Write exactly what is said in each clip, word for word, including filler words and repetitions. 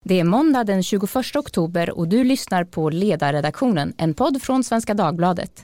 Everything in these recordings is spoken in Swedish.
Det är måndag den tjugoförsta oktober och du lyssnar på Ledarredaktionen, en podd från Svenska Dagbladet.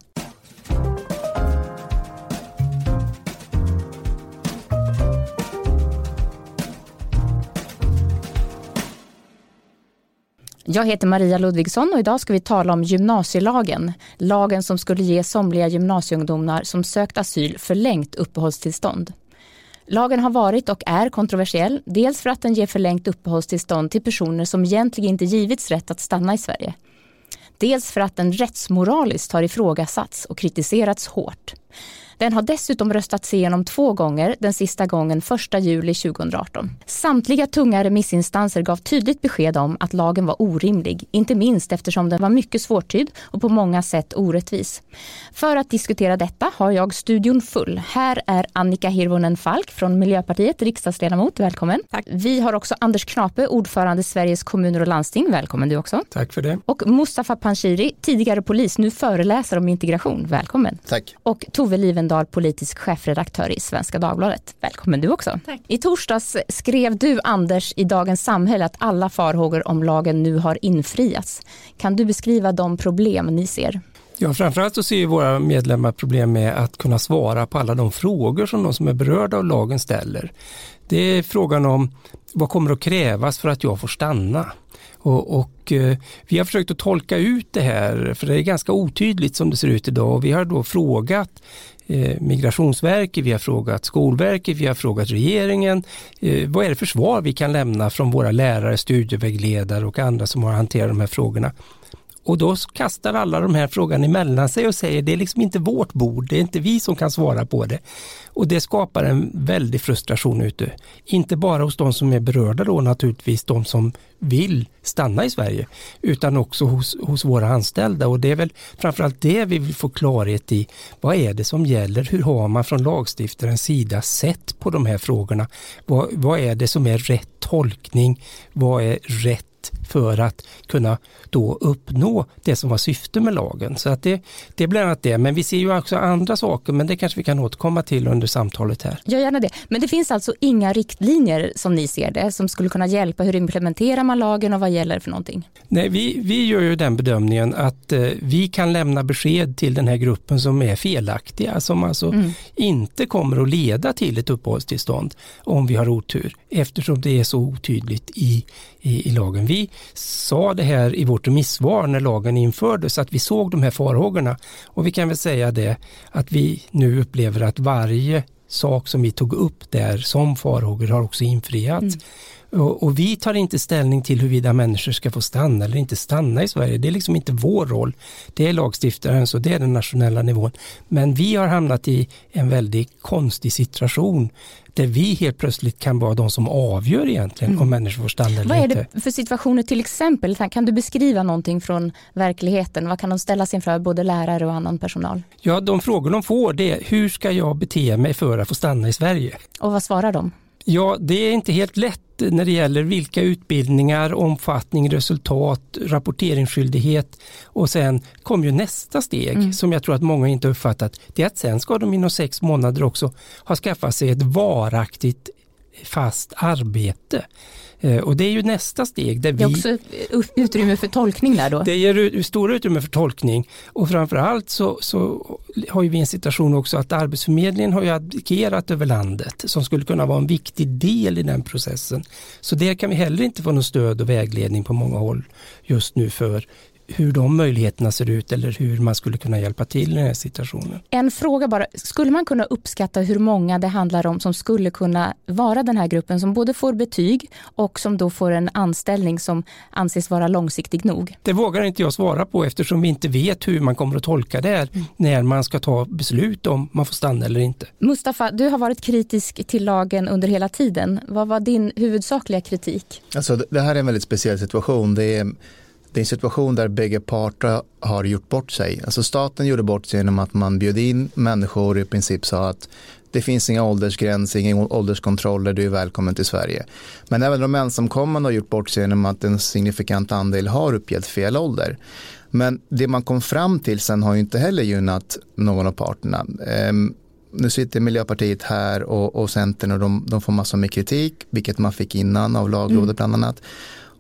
Jag heter Maria Ludvigsson och idag ska vi tala om gymnasielagen. Lagen som skulle ge somliga gymnasieungdomar som sökt asyl förlängt uppehållstillstånd. Lagen har varit och är kontroversiell, dels för att den ger förlängt uppehållstillstånd till personer som egentligen inte givits rätt att stanna i Sverige. Dels för att den rättsmoraliskt har ifrågasatts och kritiserats hårt. Den har dessutom röstats igenom två gånger, den sista gången första juli tjugoarton. Samtliga tunga remissinstanser gav tydligt besked om att lagen var orimlig, inte minst eftersom den var mycket svårtydd och på många sätt orättvis. För att diskutera detta har jag studion full. Här är Annika Hirvonen Falk från Miljöpartiet, riksdagsledamot. Välkommen. Tack. Vi har också Anders Knape, ordförande i Sveriges kommuner och landsting. Välkommen du också. Tack för det. Och Mustafa Panshiri, tidigare polis, nu föreläsare om integration. Välkommen. Tack. Och Tove Livendal, politisk chefredaktör i Svenska Dagbladet. Välkommen du också. Tack. I torsdags skrev du, Anders, i Dagens Samhälle att alla farhågor om lagen nu har infriats. Kan du beskriva de problem ni ser? Ja, framförallt så ser ju våra medlemmar problem med att kunna svara på alla de frågor som de som är berörda av lagen ställer. Det är frågan om vad kommer att krävas för att jag får stanna. Och, och eh, vi har försökt att tolka ut det här, för det är ganska otydligt som det ser ut idag. Och vi har då frågat eh, Migrationsverket, vi har frågat Skolverket, vi har frågat regeringen. Eh, vad är det för svar vi kan lämna från våra lärare, studievägledare och andra som har hanterat de här frågorna? Och då kastar alla de här frågorna emellan sig och säger det är liksom inte vårt bord, det är inte vi som kan svara på det. Och det skapar en väldig frustration ute. Inte bara hos de som är berörda då naturligtvis, de som vill stanna i Sverige, utan också hos, hos våra anställda. Och det är väl framförallt det vi vill få klarhet i. Vad är det som gäller? Hur har man från lagstiftarens sida sett på de här frågorna? Vad, vad är det som är rätt tolkning? Vad är rätt för att kunna då uppnå det som var syfte med lagen. Så att det, det är bland annat det. Men vi ser ju också andra saker, men det kanske vi kan återkomma till under samtalet här. Ja, gärna det. Men det finns alltså inga riktlinjer som ni ser det, som skulle kunna hjälpa. Hur implementerar man lagen och vad gäller för någonting? Nej, vi, vi gör ju den bedömningen att eh, vi kan lämna besked till den här gruppen som är felaktiga, som alltså mm. inte kommer att leda till ett uppehållstillstånd om vi har otur, eftersom det är så otydligt i, i, i lagen. Vi sa det här i vårt remissvar när lagen infördes, att vi såg de här farhågorna, och vi kan väl säga det att vi nu upplever att varje sak som vi tog upp där som farhågor har också infriats. Mm. Och, och vi tar inte ställning till huruvida människor ska få stanna eller inte stanna i Sverige. Det är liksom inte vår roll. Det är lagstiftaren, så det är den nationella nivån. Men vi har hamnat i en väldigt konstig situation där vi helt plötsligt kan vara de som avgör egentligen mm. om människor får stanna eller inte. Vad är det för situationer till exempel? Kan du beskriva någonting från verkligheten? Vad kan de ställa sig inför, både lärare och annan personal? Ja, de frågor de får det är: hur ska jag bete mig för att få stanna i Sverige? Och vad svarar de? Ja, det är inte helt lätt när det gäller vilka utbildningar, omfattning, resultat, rapporteringsskyldighet, och sen kommer ju nästa steg mm. som jag tror att många inte har uppfattat. Det är att sen ska de inom sex månader också ha skaffat sig ett varaktigt fast arbete. Och det är ju nästa steg. Där vi, det är också utrymme för tolkning där då? Det ger stora utrymme för tolkning, och framförallt så, så har ju vi en situation också att Arbetsförmedlingen har ju advokerat över landet som skulle kunna vara en viktig del i den processen. Så där kan vi heller inte få någon stöd och vägledning på många håll just nu för hur de möjligheterna ser ut eller hur man skulle kunna hjälpa till i den här situationen. En fråga bara, skulle man kunna uppskatta hur många det handlar om som skulle kunna vara den här gruppen som både får betyg och som då får en anställning som anses vara långsiktig nog? Det vågar inte jag svara på, eftersom vi inte vet hur man kommer att tolka det här mm. när man ska ta beslut om man får stanna eller inte. Mustafa, du har varit kritisk till lagen under hela tiden. Vad var din huvudsakliga kritik? Alltså, det här är en väldigt speciell situation. Det är Det är en situation där bägge parter har gjort bort sig. Alltså staten gjorde bort sig genom att man bjöd in människor och i princip sa att det finns inga åldersgränser, inga ålderskontroller, du är välkommen till Sverige. Men även de ensamkommande har gjort bort sig genom att en signifikant andel har uppgett fel ålder. Men det man kom fram till sen har ju inte heller gynnat någon av parterna. Ehm, nu sitter Miljöpartiet här och, och Centern, och de, de får massor med kritik, vilket man fick innan av Lagrådet mm. bland annat. Och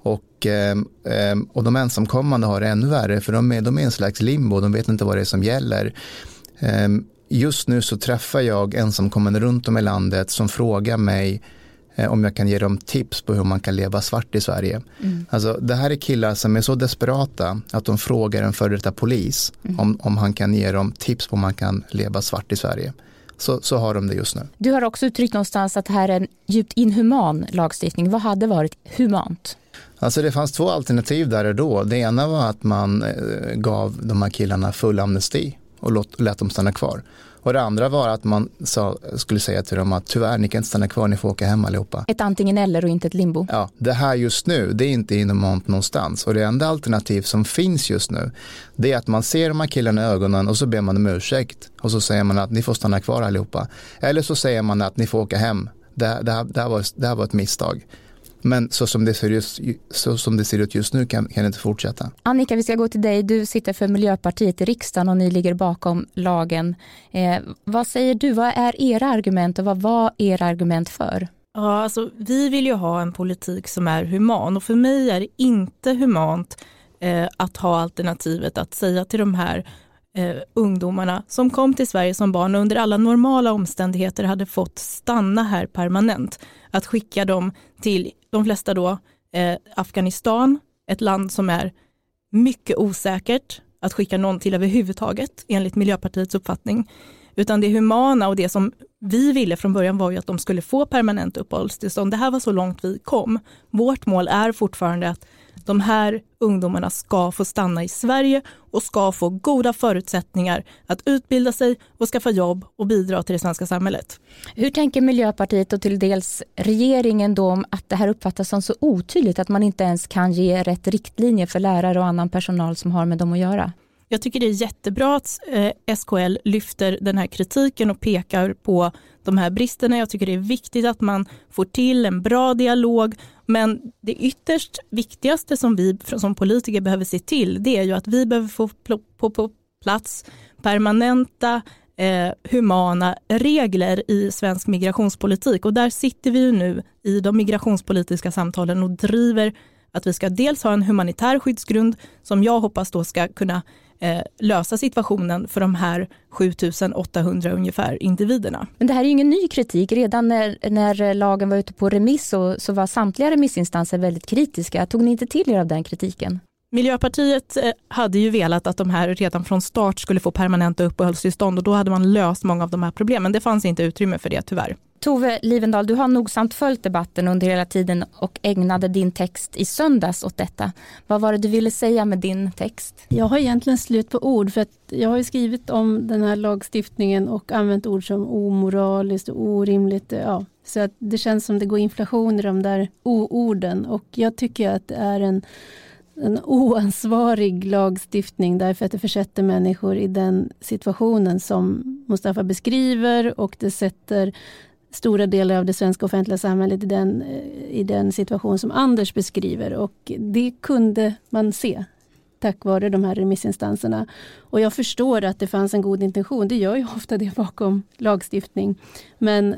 Och, eh, och de ensamkommande har det ännu värre, för de är, de är en slags limbo, de vet inte vad det är som gäller. Eh, just nu så träffar jag ensamkommande runt om i landet som frågar mig eh, om jag kan ge dem tips på hur man kan leva svart i Sverige. Mm. Alltså, det här är killar som är så desperata att de frågar en före detta polis mm. om, om han kan ge dem tips på hur man kan leva svart i Sverige. Så, så har de det just nu. Du har också uttryckt någonstans att det här är en djupt inhuman lagstiftning. Vad hade varit humant? Alltså det fanns två alternativ där och då. Det ena var att man eh, gav de här killarna full amnesti och låt, lät dem stanna kvar. Och det andra var att man sa, skulle säga till dem att tyvärr, ni kan inte stanna kvar, ni får åka hem allihopa. Ett antingen eller och inte ett limbo. Ja, det här just nu, det är inte inhumant någonstans. Och det enda alternativ som finns just nu, det är att man ser de här killarna i ögonen och så ber man om ursäkt. Och så säger man att ni får stanna kvar allihopa. Eller så säger man att ni får åka hem. Det, det, här, det, här, var, det här var ett misstag. Men så som det ser ut, så som det ser ut just nu kan, kan det inte fortsätta. Annika, vi ska gå till dig. Du sitter för Miljöpartiet i riksdagen och ni ligger bakom lagen. Eh, vad säger du? Vad är era argument och vad var era argument för? Ja, alltså, vi vill ju ha en politik som är human. Och för mig är det inte humant eh, att ha alternativet att säga till de här eh, ungdomarna som kom till Sverige som barn och under alla normala omständigheter hade fått stanna här permanent. Att skicka dem till de flesta då eh, Afghanistan, ett land som är mycket osäkert att skicka någon till överhuvudtaget enligt Miljöpartiets uppfattning. Utan det humana och det som vi ville från början var ju att de skulle få permanent uppehållstillstånd. Det här var så långt vi kom. Vårt mål är fortfarande att de här ungdomarna ska få stanna i Sverige och ska få goda förutsättningar att utbilda sig och skaffa jobb och bidra till det svenska samhället. Hur tänker Miljöpartiet och till dels regeringen då om att det här uppfattas som så otydligt att man inte ens kan ge rätt riktlinjer för lärare och annan personal som har med dem att göra? Jag tycker det är jättebra att eh, S K L lyfter den här kritiken och pekar på de här bristerna. Jag tycker det är viktigt att man får till en bra dialog. Men det ytterst viktigaste som vi som politiker behöver se till, det är ju att vi behöver få på, på plats permanenta eh, humana regler i svensk migrationspolitik. Och där sitter vi ju nu i de migrationspolitiska samtalen och driver att vi ska dels ha en humanitär skyddsgrund som jag hoppas då ska kunna eh, lösa situationen för de här sjutusen åttahundra ungefär individerna. Men det här är ju ingen ny kritik. Redan när, när lagen var ute på remiss så, så var samtliga remissinstanser väldigt kritiska. Tog ni inte till er av den kritiken? Miljöpartiet hade ju velat att de här redan från start skulle få permanenta uppehållstillstånd och då hade man löst många av de här problemen. Det fanns inte utrymme för det tyvärr. Tove Livendal, du har nogsamt följt debatten under hela tiden och ägnade din text i söndags åt detta. Vad var det du ville säga med din text? Jag har egentligen slut på ord för att jag har ju skrivit om den här lagstiftningen och använt ord som omoraliskt och orimligt. Ja. Så att det känns som det går inflation i de där o-orden och jag tycker att det är en en oansvarig lagstiftning därför att det försätter människor i den situationen som Mustafa beskriver och det sätter stora delar av det svenska offentliga samhället i den, i den situation som Anders beskriver och det kunde man se tack vare de här remissinstanserna. Och jag förstår att det fanns en god intention, det gör ju ofta det bakom lagstiftning. Men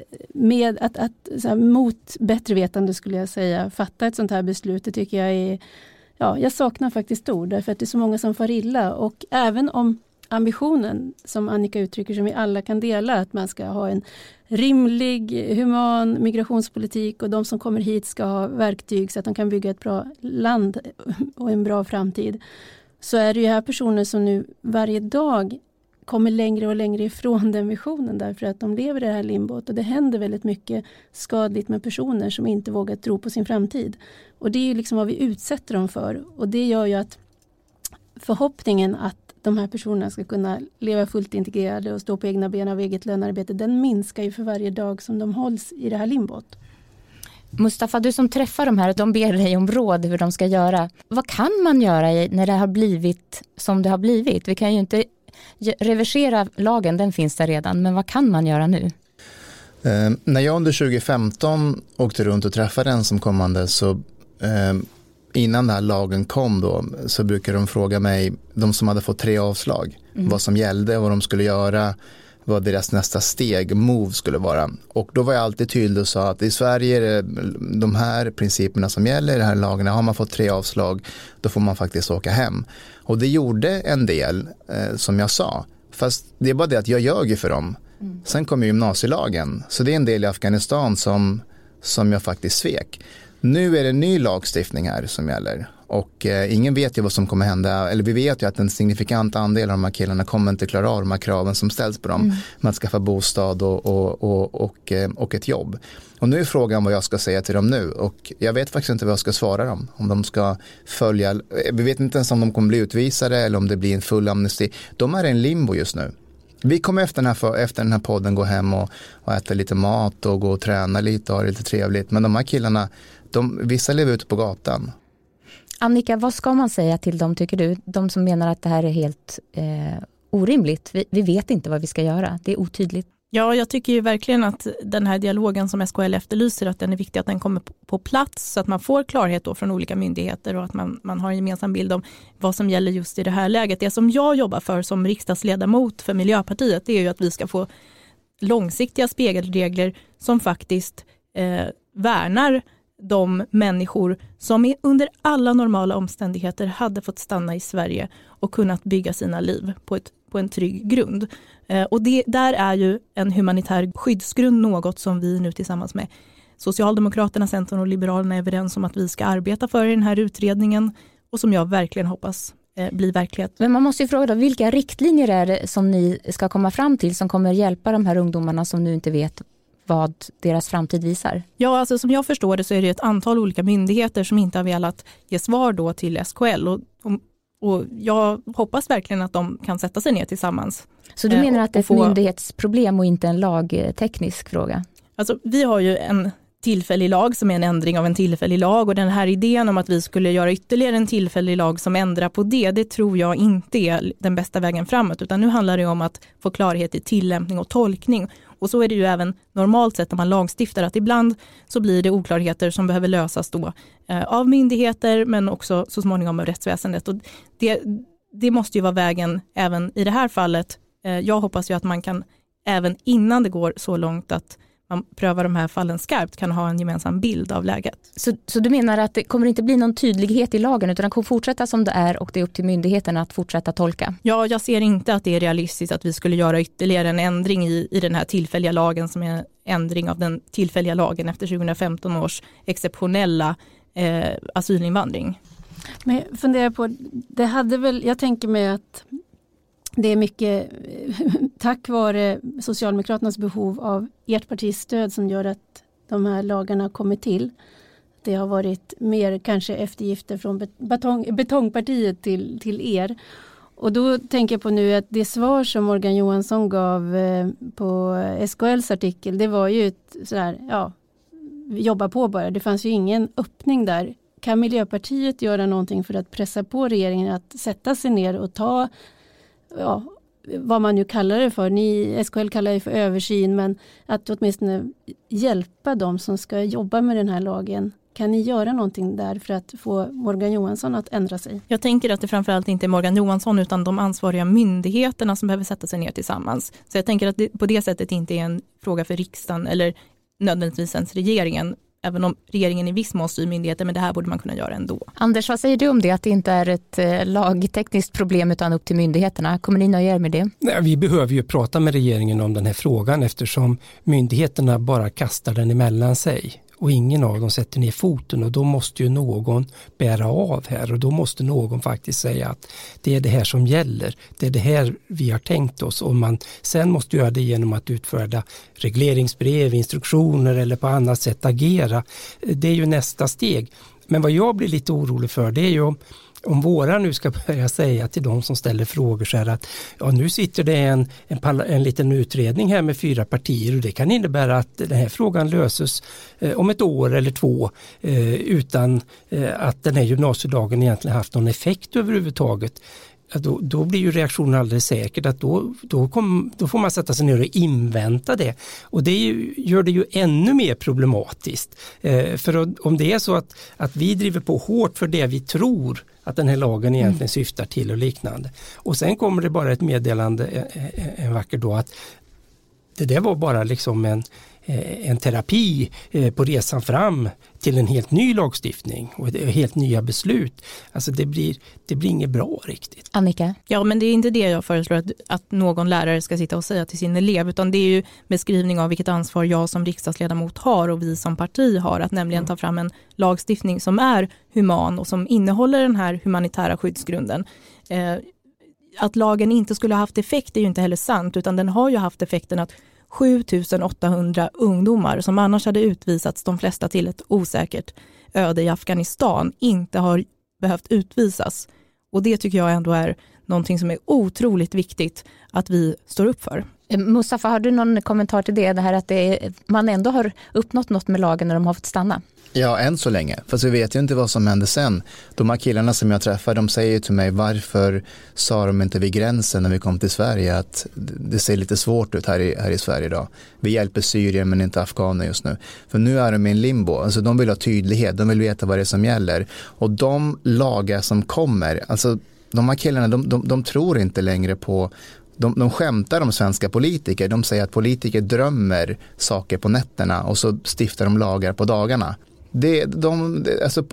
med att, att så här, mot bättre vetande skulle jag säga, fatta ett sånt här beslut, det tycker jag är, ja, jag saknar faktiskt ord därför att det är så många som far illa och även om ambitionen som Annika uttrycker som vi alla kan dela att man ska ha en rimlig, human migrationspolitik och de som kommer hit ska ha verktyg så att de kan bygga ett bra land och en bra framtid. Så är det ju här personer som nu varje dag kommer längre och längre ifrån den visionen därför att de lever i det här limbot och det händer väldigt mycket skadligt med personer som inte vågar tro på sin framtid. Och det är ju liksom vad vi utsätter dem för och det gör ju att förhoppningen att de här personerna ska kunna leva fullt integrerade och stå på egna ben av eget lönarbete, den minskar ju för varje dag som de hålls i det här limbot. Mustafa, du som träffar de här, de ber dig om råd hur de ska göra. Vad kan man göra när det har blivit som det har blivit? Vi kan ju inte reversera lagen, den finns där redan, men vad kan man göra nu? Eh, när jag under tjugo femton åkte runt och träffade ensamkommande så eh, innan den här lagen kom då så brukade de fråga mig, de som hade fått tre avslag, mm. vad som gällde, vad de skulle göra, vad deras nästa steg, move, skulle vara. Och då var jag alltid tydlig och sa att i Sverige är det de här principerna som gäller, de här lagarna. Har man fått tre avslag, då får man faktiskt åka hem. Och det gjorde en del, eh, som jag sa. Fast det är bara det att jag ljög för dem. Mm. Sen kom ju gymnasielagen. Så det är en del i Afghanistan som, som jag faktiskt svek. Nu är det en ny lagstiftning här som gäller. Och eh, ingen vet ju vad som kommer hända. Eller vi vet ju att en signifikant andel av de här killarna kommer inte klara av de här kraven som ställs på dem. Mm. Med att skaffa bostad och, och, och, och, och ett jobb. Och nu är frågan vad jag ska säga till dem nu. Och jag vet faktiskt inte vad jag ska svara dem. Om de ska följa. Vi vet inte ens om de kommer bli utvisade eller om det blir en full amnesti. De är i en limbo just nu. Vi kommer efter den här, efter den här podden gå hem och, och äta lite mat och gå och träna lite och ha det lite trevligt. Men de här killarna, de, vissa lever ute på gatan. Annika, vad ska man säga till dem, tycker du? De som menar att det här är helt eh, orimligt. Vi, vi vet inte vad vi ska göra. Det är otydligt. Ja, jag tycker ju verkligen att den här dialogen som S K L efterlyser, att den är viktig att den kommer på plats så att man får klarhet då från olika myndigheter och att man, man har en gemensam bild om vad som gäller just i det här läget. Det som jag jobbar för som riksdagsledamot för Miljöpartiet, det är ju att vi ska få långsiktiga spelregler som faktiskt eh, värnar de människor som är under alla normala omständigheter hade fått stanna i Sverige och kunnat bygga sina liv på, ett, på en trygg grund. Eh, och det, där är ju en humanitär skyddsgrund något som vi nu tillsammans med Socialdemokraterna, Centern och Liberalerna är överens om att vi ska arbeta för i den här utredningen och som jag verkligen hoppas eh, blir verklighet. Men man måste ju fråga då, vilka riktlinjer är det som ni ska komma fram till som kommer hjälpa de här ungdomarna som nu inte vet vad deras framtid visar? Ja, alltså som jag förstår det så är det ett antal olika myndigheter som inte har velat ge svar då till S K L och, och, och jag hoppas verkligen att de kan sätta sig ner tillsammans. Så du menar eh, att det är ett få... myndighetsproblem och inte en lagteknisk fråga? Alltså vi har ju en tillfällig lag som är en ändring av en tillfällig lag och den här idén om att vi skulle göra ytterligare en tillfällig lag som ändrar på det, det tror jag inte är den bästa vägen framåt, utan nu handlar det om att få klarhet i tillämpning och tolkning. Och så är det ju även normalt sett när man lagstiftar, att ibland så blir det oklarheter som behöver lösas då eh, av myndigheter men också så småningom av rättsväsendet. Och det, det måste ju vara vägen även i det här fallet. Eh, jag hoppas ju att man kan även innan det går så långt att man prövar de här fallen skarpt kan ha en gemensam bild av läget. Så, så du menar att det kommer inte bli någon tydlighet i lagen utan den kommer fortsätta som det är och det är upp till myndigheterna att fortsätta tolka? Ja, jag ser inte att det är realistiskt att vi skulle göra ytterligare en ändring i, i den här tillfälliga lagen som är ändring av den tillfälliga lagen efter tjugohundrafemton års exceptionella eh, asylinvandring. Men jag funderar på, det hade väl, jag tänker mig att det är mycket tack vare Socialdemokraternas behov av ert partis stöd som gör att de här lagarna har kommit till. Det har varit mer kanske eftergifter från betong, betongpartiet till, till er. Och då tänker jag på nu att det svar som Morgan Johansson gav på S K L:s artikel, det var ju ett sådär, ja, jobba på bara. Det fanns ju ingen öppning där. Kan Miljöpartiet göra någonting för att pressa på regeringen att sätta sig ner och ta, ja, vad man nu kallar det för. Ni, S K L kallar det för översyn, men att åtminstone hjälpa dem som ska jobba med den här lagen. Kan ni göra någonting där för att få Morgan Johansson att ändra sig? Jag tänker att det framförallt inte är Morgan Johansson utan de ansvariga myndigheterna som behöver sätta sig ner tillsammans. Så jag tänker att det på det sättet inte är en fråga för riksdagen eller nödvändigtvis ens regeringen. Även om regeringen i viss mån styr myndigheter, men det här borde man kunna göra ändå. Anders, vad säger du om det? Att det inte är ett eh, lagtekniskt problem utan upp till myndigheterna. Kommer ni nöja er med det? Nej, vi behöver ju prata med regeringen om den här frågan eftersom myndigheterna bara kastar den emellan sig. Och ingen av dem sätter ner foten och då måste ju någon bära av här och då måste någon faktiskt säga att det är det här som gäller. Det är det här vi har tänkt oss och man sen måste göra det genom att utfärda regleringsbrev, instruktioner eller på annat sätt agera. Det är ju nästa steg. Men vad jag blir lite orolig för det är ju om våra nu ska börja säga till de som ställer frågor så här att ja, nu sitter det en, en, en liten utredning här med fyra partier och det kan innebära att den här frågan löses eh, om ett år eller två eh, utan eh, att den här gymnasielagen egentligen haft någon effekt överhuvudtaget. Då, då blir ju reaktionen alldeles säkert att då, då, kom, då får man sätta sig ner och invänta det. Och det är ju, gör det ju ännu mer problematiskt. Eh, för om det är så att, att vi driver på hårt för det vi tror att den här lagen egentligen mm. syftar till och liknande. Och sen kommer det bara ett meddelande en, en vacker dag att Det där var bara liksom en, en terapi på resan fram till en helt ny lagstiftning och helt nya beslut. Alltså det blir, det blir inget bra riktigt. Annika? Ja, men det är inte det jag föreslår att, att någon lärare ska sitta och säga till sin elev, utan det är ju beskrivning av vilket ansvar jag som riksdagsledamot har och vi som parti har, att nämligen ta fram en lagstiftning som är human och som innehåller den här humanitära skyddsgrunden. Eh, att lagen inte skulle ha haft effekt är ju inte heller sant, utan den har ju haft effekten att sju tusen åttahundra ungdomar som annars hade utvisats, de flesta till ett osäkert öde i Afghanistan, inte har behövt utvisas. Och det tycker jag ändå är någonting som är otroligt viktigt att vi står upp för. Mustafa, har du någon kommentar till det? Det här att det är, man ändå har uppnått något med lagen när de har fått stanna? Ja, än så länge. Fast vi vet ju inte vad som händer sen. De här killarna som jag träffar, de säger till mig, varför sa de inte vid gränsen när vi kom till Sverige att det ser lite svårt ut här i, här i Sverige idag. Vi hjälper Syrien men inte afghaner just nu. För nu är de i en limbo. Alltså de vill ha tydlighet, de vill veta vad det är som gäller. Och de lagar som kommer, alltså de här killarna, de, de, de tror inte längre på... De, de skämtar om svenska politiker. De säger att politiker drömmer saker på nätterna och så stiftar de lagar på dagarna. Det, de, alltså,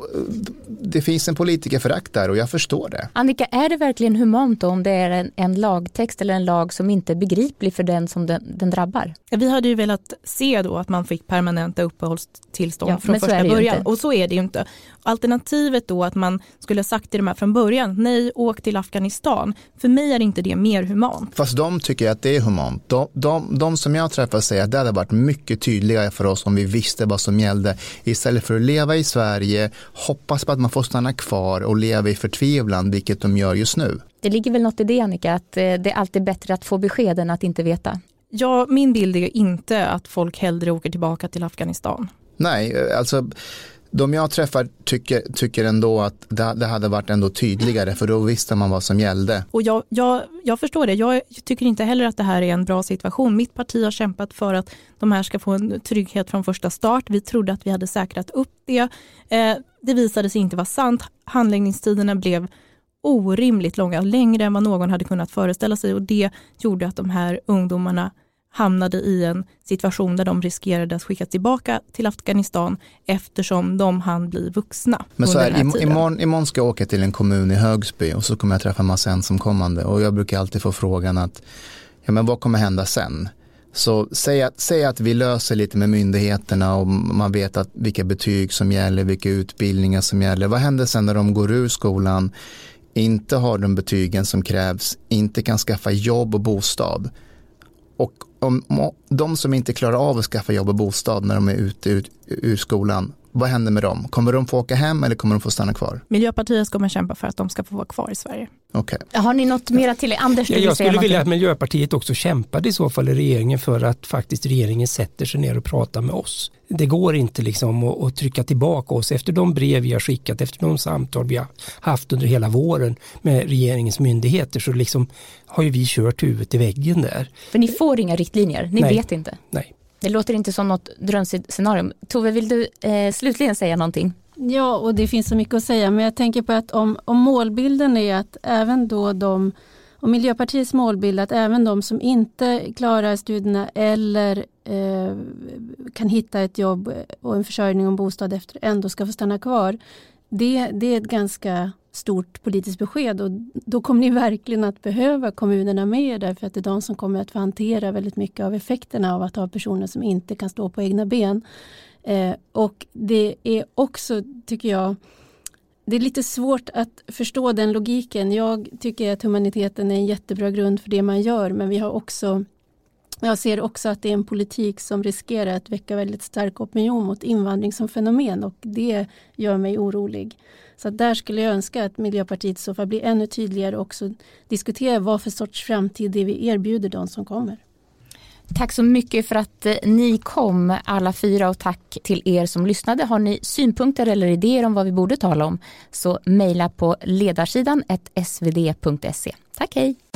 det finns en politikerförakt där och jag förstår det. Annika, är det verkligen humant om det är en, en lagtext eller en lag som inte är begriplig för den som den, den drabbar? Vi hade ju velat se då att man fick permanenta uppehållstillstånd ja, från första början. Och så är det ju inte. Alternativet då att man skulle ha sagt till de här från början, nej, åk till Afghanistan. För mig är inte det mer humant. Fast de tycker att det är humant. De, de, de som jag träffar säger att det hade varit mycket tydligare för oss om vi visste vad som gällde. Istället för att leva i Sverige, hoppas på att man får stanna kvar och leva i förtvivlan, vilket de gör just nu. Det ligger väl något i det, Annika, att det är alltid bättre att få besked än att inte veta? Ja, min bild är inte att folk hellre åker tillbaka till Afghanistan. Nej, alltså... De jag träffar tycker, tycker ändå att det, det hade varit ändå tydligare, för då visste man vad som gällde. Och jag, jag, jag förstår det. Jag tycker inte heller att det här är en bra situation. Mitt parti har kämpat för att de här ska få en trygghet från första start. Vi trodde att vi hade säkrat upp det. Eh, det visade sig inte vara sant. Handläggningstiderna blev orimligt långa, längre än vad någon hade kunnat föreställa sig. Och det gjorde att de här ungdomarna hamnade i en situation där de riskerade att skickas tillbaka till Afghanistan eftersom de hann bli vuxna. Men så här, här imorgon, imorgon ska jag åka till en kommun i Högsby och så kommer jag träffa en massa ensamkommande och jag brukar alltid få frågan att ja, men vad kommer hända sen? Så säg att, säg att vi löser lite med myndigheterna och man vet att vilka betyg som gäller, vilka utbildningar som gäller. Vad händer sen när de går ur skolan, inte har de betygen som krävs, inte kan skaffa jobb och bostad? Och om de som inte klarar av att skaffa jobb och bostad när de är ute ur, ur skolan, vad händer med dem? Kommer de få åka hem eller kommer de få stanna kvar? Miljöpartiet kommer kämpa för att de ska få vara kvar i Sverige. Okay. Har ni något mer till? Anders, ja, jag skulle vilja någonting? Att Miljöpartiet också kämpade i så fall i regeringen för att faktiskt regeringen sätter sig ner och pratar med oss. Det går inte liksom att, att trycka tillbaka oss efter de brev vi har skickat, efter de samtal vi har haft under hela våren med regeringens myndigheter, så liksom har ju vi kört huvudet i väggen där. För ni får inga riktlinjer, ni Nej. vet inte. Nej. Det låter inte som något drömscenario. Tove, vill du eh, slutligen säga någonting? Ja, och det finns så mycket att säga, men jag tänker på att om, om målbilden är att även då de, och Miljöpartiets målbild att även de som inte klarar studierna eller eh, kan hitta ett jobb och en försörjning och en bostad efter ändå ska få stanna kvar, det, det är ett ganska stort politiskt besked och då kommer ni verkligen att behöva kommunerna med, därför att det är de som kommer att få hantera väldigt mycket av effekterna av att ha personer som inte kan stå på egna ben. Eh, och det är också, tycker jag, det är lite svårt att förstå den logiken. Jag tycker att humaniteten är en jättebra grund för det man gör, men vi har också, jag ser också att det är en politik som riskerar att väcka väldigt stark opinion mot invandring som fenomen, och det gör mig orolig. Så där skulle jag önska att Miljöpartiet så fall blir ännu tydligare och också diskutera vad för sorts framtid det vi erbjuder de som kommer. Tack så mycket för att ni kom alla fyra, och tack till er som lyssnade. Har ni synpunkter eller idéer om vad vi borde tala om, så mejla på ledarsidan at s v d punkt se. Tack, hej!